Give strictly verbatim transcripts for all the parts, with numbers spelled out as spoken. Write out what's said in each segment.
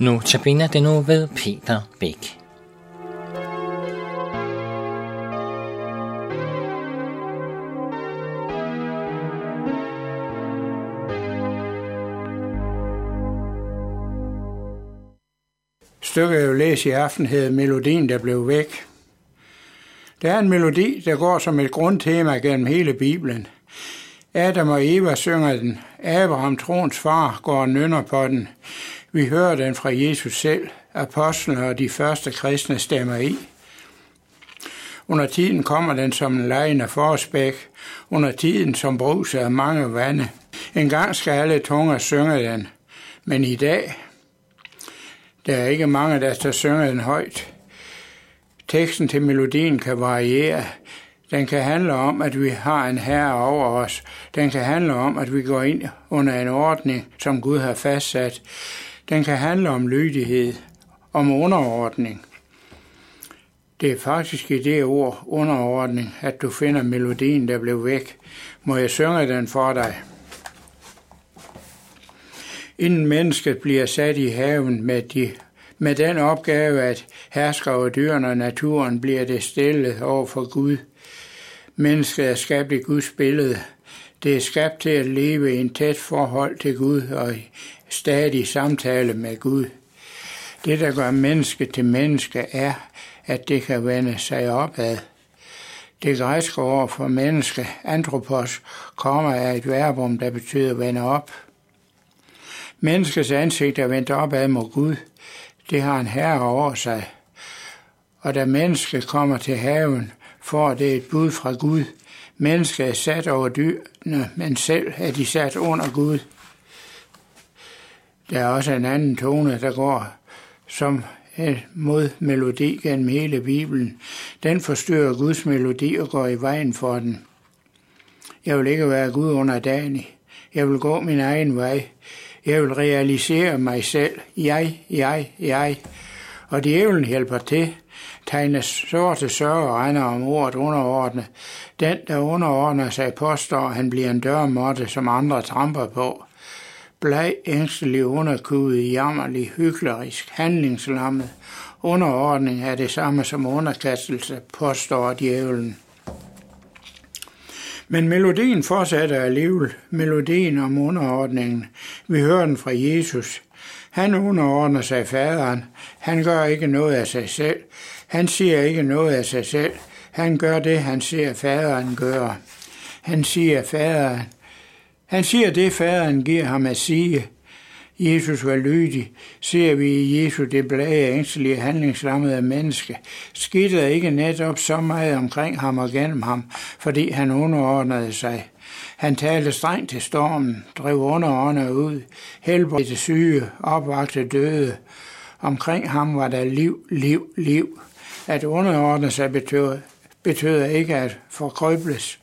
Nu tabiner det nu ved Peter Bæk. Stykket jeg vil læse i aften hedder Melodien, der blev væk. Der er en melodi, der går som et grundtema gennem hele Bibelen. Adam og Eva synger den. Abraham, troens far, går og nynner på den. Vi hører den fra Jesus selv. Apostlene og de første kristne stemmer i. Under tiden kommer den som en lejende forårsbæk. Under tiden som bruser af mange vande. En gang skal alle tunger synge den. Men i dag, der er ikke mange, der skal synge den højt. Teksten til melodien kan variere. Den kan handle om, at vi har en herre over os. Den kan handle om, at vi går ind under en ordning, som Gud har fastsat. Den kan handle om lydighed, om underordning. Det er faktisk i det ord, underordning, at du finder melodien, der blev væk. Må jeg synge den for dig? Inden mennesket bliver sat i haven med, de, med den opgave, at hersker over dyrene og naturen, bliver det stillet over for Gud. Mennesket er skabt i Guds billede. Det er skabt til at leve i en tæt forhold til Gud og i stadig samtale med Gud. Det, der gør mennesket til menneske, er, at det kan vende sig opad. Det græske ord for menneske, anthropos, kommer af et verbum, der betyder vende op. Menneskets ansigt er vendt opad mod Gud. Det har en herre over sig. Og da mennesket kommer til haven, får det et bud fra Gud. Mennesket er sat over dyrene, men selv er de sat under Gud. Der er også en anden tone, der går som en modmelodi gennem hele Bibelen. Den forstyrrer Guds melodi og går i vejen for den. Jeg vil ikke være Gud underdanig. Jeg vil gå min egen vej. Jeg vil realisere mig selv. Jeg, jeg, jeg. Og djævlen hjælper til. Tegnes sorte sørger regner om ordet underordnet. Den, der underordner sig, påstår, han bliver en dørmåtte, som andre tramper på. Bleg, ængstelig, underkudet, jammerlig, hyklerisk, handlingslammet. Underordning er det samme som underkastelse, påstår djævlen. Men melodien fortsætter alligevel. Melodien om underordningen. Vi hører den fra Jesus. Han underordner sig faderen. Han gør ikke noget af sig selv. Han siger ikke noget af sig selv. Han gør det, han ser faderen gøre. Han siger faderen. Han siger det, faderen giver ham at sige. Jesus var lydig. Ser vi i Jesu det blage, ængstelige, handlingslammede menneske, skete der ikke netop så meget omkring ham og gennem ham, fordi han underordnede sig. Han talte strengt til stormen, drev underordner ud, helbredte syge, opvagte døde. Omkring ham var der liv, liv, liv. At underordne sig betød, betød ikke at forkrøbles.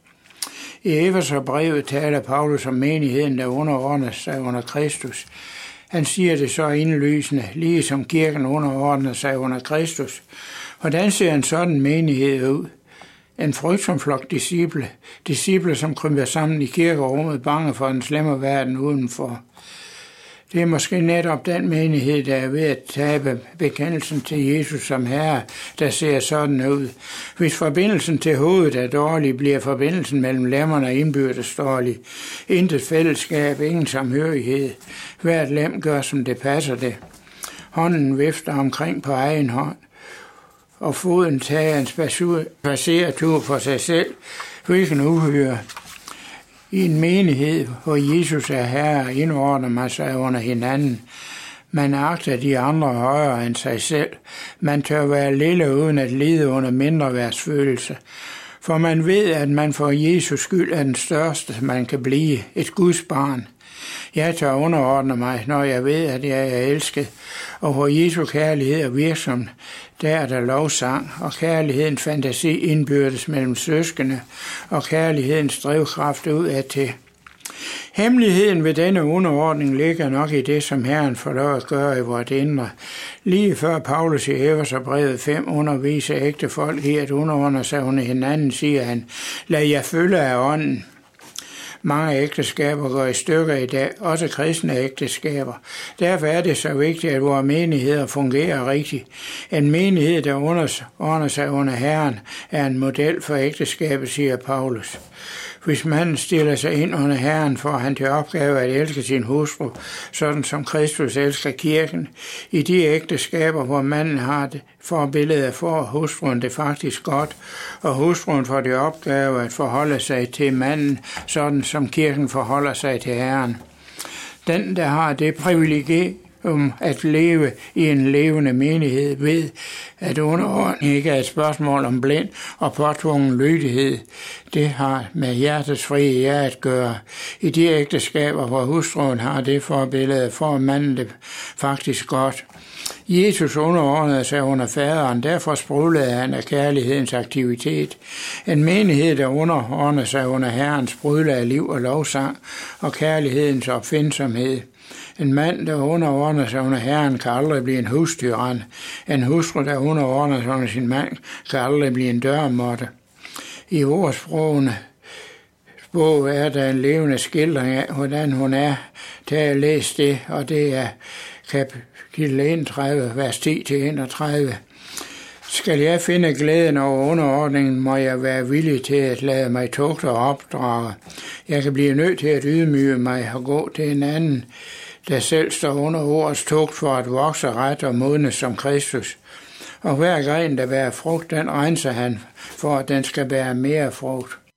I Efeserbrevet taler Paulus om menigheden, der underordner sig under Kristus. Han siger det så indlysende, lige som kirken underordner sig under Kristus. Hvordan ser en sådan menighed ud? En frygtsom flok disciple, disciple som krymper sammen i kirkerummet, bange for den slemme verden udenfor. Det er måske netop den menighed, der er ved at tabe bekendelsen til Jesus som Herre, der ser sådan ud. Hvis forbindelsen til hovedet er dårlig, bliver forbindelsen mellem lemmerne indbyrdes dårlig. Intet fællesskab, ingen samhørighed. Hvert lem gør, som det passer det. Hånden vifter omkring på egen hånd, og foden tager en spaceretur for sig selv. Hvilken uhyre. I en menighed, hvor Jesus er herre, indordner man sig under hinanden. Man agter de andre højere end sig selv. Man tør være lille uden at lide under mindreværdsfølelse. For man ved, at man for Jesus skyld er den største, man kan blive, et Guds barn. Jeg tør underordne mig, når jeg ved, at jeg er elsket, og hvor Jesu kærlighed er virksom, der er der lovsang, og kærlighedens fantasi indbyrdes mellem søskende, og kærlighedens drivkraft udad til. Hemmeligheden ved denne underordning ligger nok i det, som Herren får lov at gøre i vort indre. Lige før Paulus i Efeserbrevet fem underviser ægte folk i at underordne sig under hinanden, siger han, lad jer følge af ånden. Mange ægteskaber går i stykker i dag, også kristne ægteskaber. Derfor er det så vigtigt, at vores menigheder fungerer rigtigt. En menighed, der ordner sig under Herren, er en model for ægteskabet, siger Paulus. Hvis manden stiller sig ind under Herren, får han til opgave at elske sin hustru, sådan som Kristus elsker kirken. I de ægteskaber, hvor manden har det forbillede, får hustruen det faktisk godt, og hustruen får det opgave at forholde sig til manden, sådan som kirken forholder sig til Herren. Den, der har det privilegie om at leve i en levende menighed, ved, at underordning ikke er et spørgsmål om blind og påtvungen lydighed. Det har med hjertets frie ja at gøre. I de ægteskaber, hvor hustruen har det forbillede, får manden det faktisk godt. Jesus underordnede sig under faderen, derfor sprudlede han af kærlighedens aktivitet. En menighed, der underordner sig under Herrens sprudler af liv og lovsang og kærlighedens opfindsomhed. En mand, der underordner sig under Herren, kan aldrig blive en hustyran. En hustru, der underordner sig under sin mand, kan aldrig blive en dørmåtte. I ordsprogene bog er der en levende skildring af, hvordan hun er. Tag at læse det, og det er kapitel enogtredive, vers ti til enogtredive. Skal jeg finde glæden over underordningen, må jeg være villig til at lade mig tugte og opdrage. Jeg kan blive nødt til at ydmyge mig og gå til en anden, der selv står under ordets tugt for at vokse ret og modnes som Kristus. Og hver gren, der bærer frugt, den renser han, for at den skal bære mere frugt.